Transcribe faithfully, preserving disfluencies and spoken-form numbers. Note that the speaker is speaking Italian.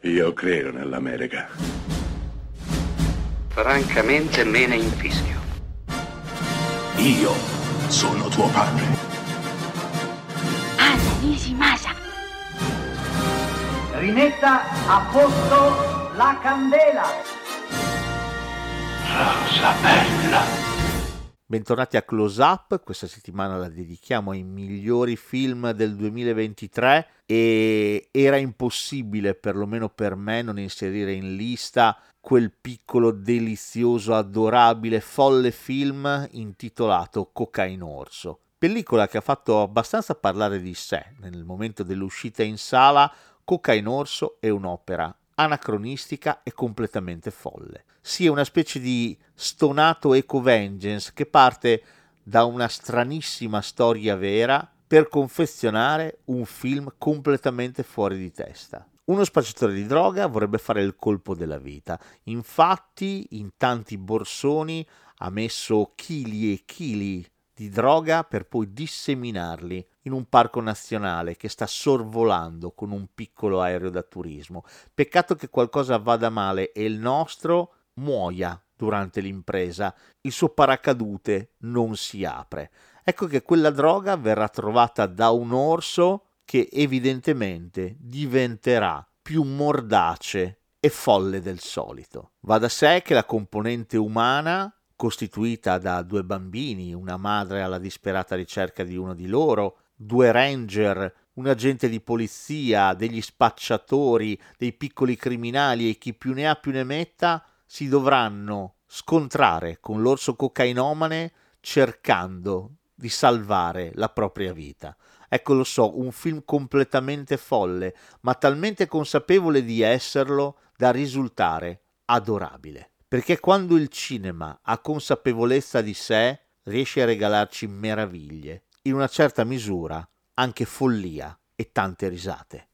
Io credo nell'America. Francamente me ne infischio. Io sono tuo padre. Anna Nishimasa. Rimetta a posto la candela. Rosa bella. Bentornati a Close Up, questa settimana la dedichiamo ai migliori film del duemilaventitré e era impossibile, perlomeno per me, non inserire in lista quel piccolo, delizioso, adorabile, folle film intitolato Cocaine Orso. Pellicola che ha fatto abbastanza parlare di sé nel momento dell'uscita in sala. Cocaine Orso è un'opera anacronistica e completamente folle. Sì, è una specie di stonato eco-vengeance che parte da una stranissima storia vera per confezionare un film completamente fuori di testa. Uno spacciatore di droga vorrebbe fare il colpo della vita, infatti in tanti borsoni ha messo chili e chili di droga per poi disseminarli in un parco nazionale che sta sorvolando con un piccolo aereo da turismo. Peccato che qualcosa vada male e il nostro muoia durante l'impresa, il suo paracadute non si apre. Ecco che quella droga verrà trovata da un orso che evidentemente diventerà più mordace e folle del solito. Va da sé che la componente umana, costituita da due bambini, una madre alla disperata ricerca di uno di loro, due ranger, un agente di polizia, degli spacciatori, dei piccoli criminali e chi più ne ha più ne metta, si dovranno scontrare con l'orso cocainomane cercando di salvare la propria vita. Ecco, lo so, un film completamente folle, ma talmente consapevole di esserlo da risultare adorabile. Perché quando il cinema ha consapevolezza di sé, riesce a regalarci meraviglie, in una certa misura anche follia e tante risate.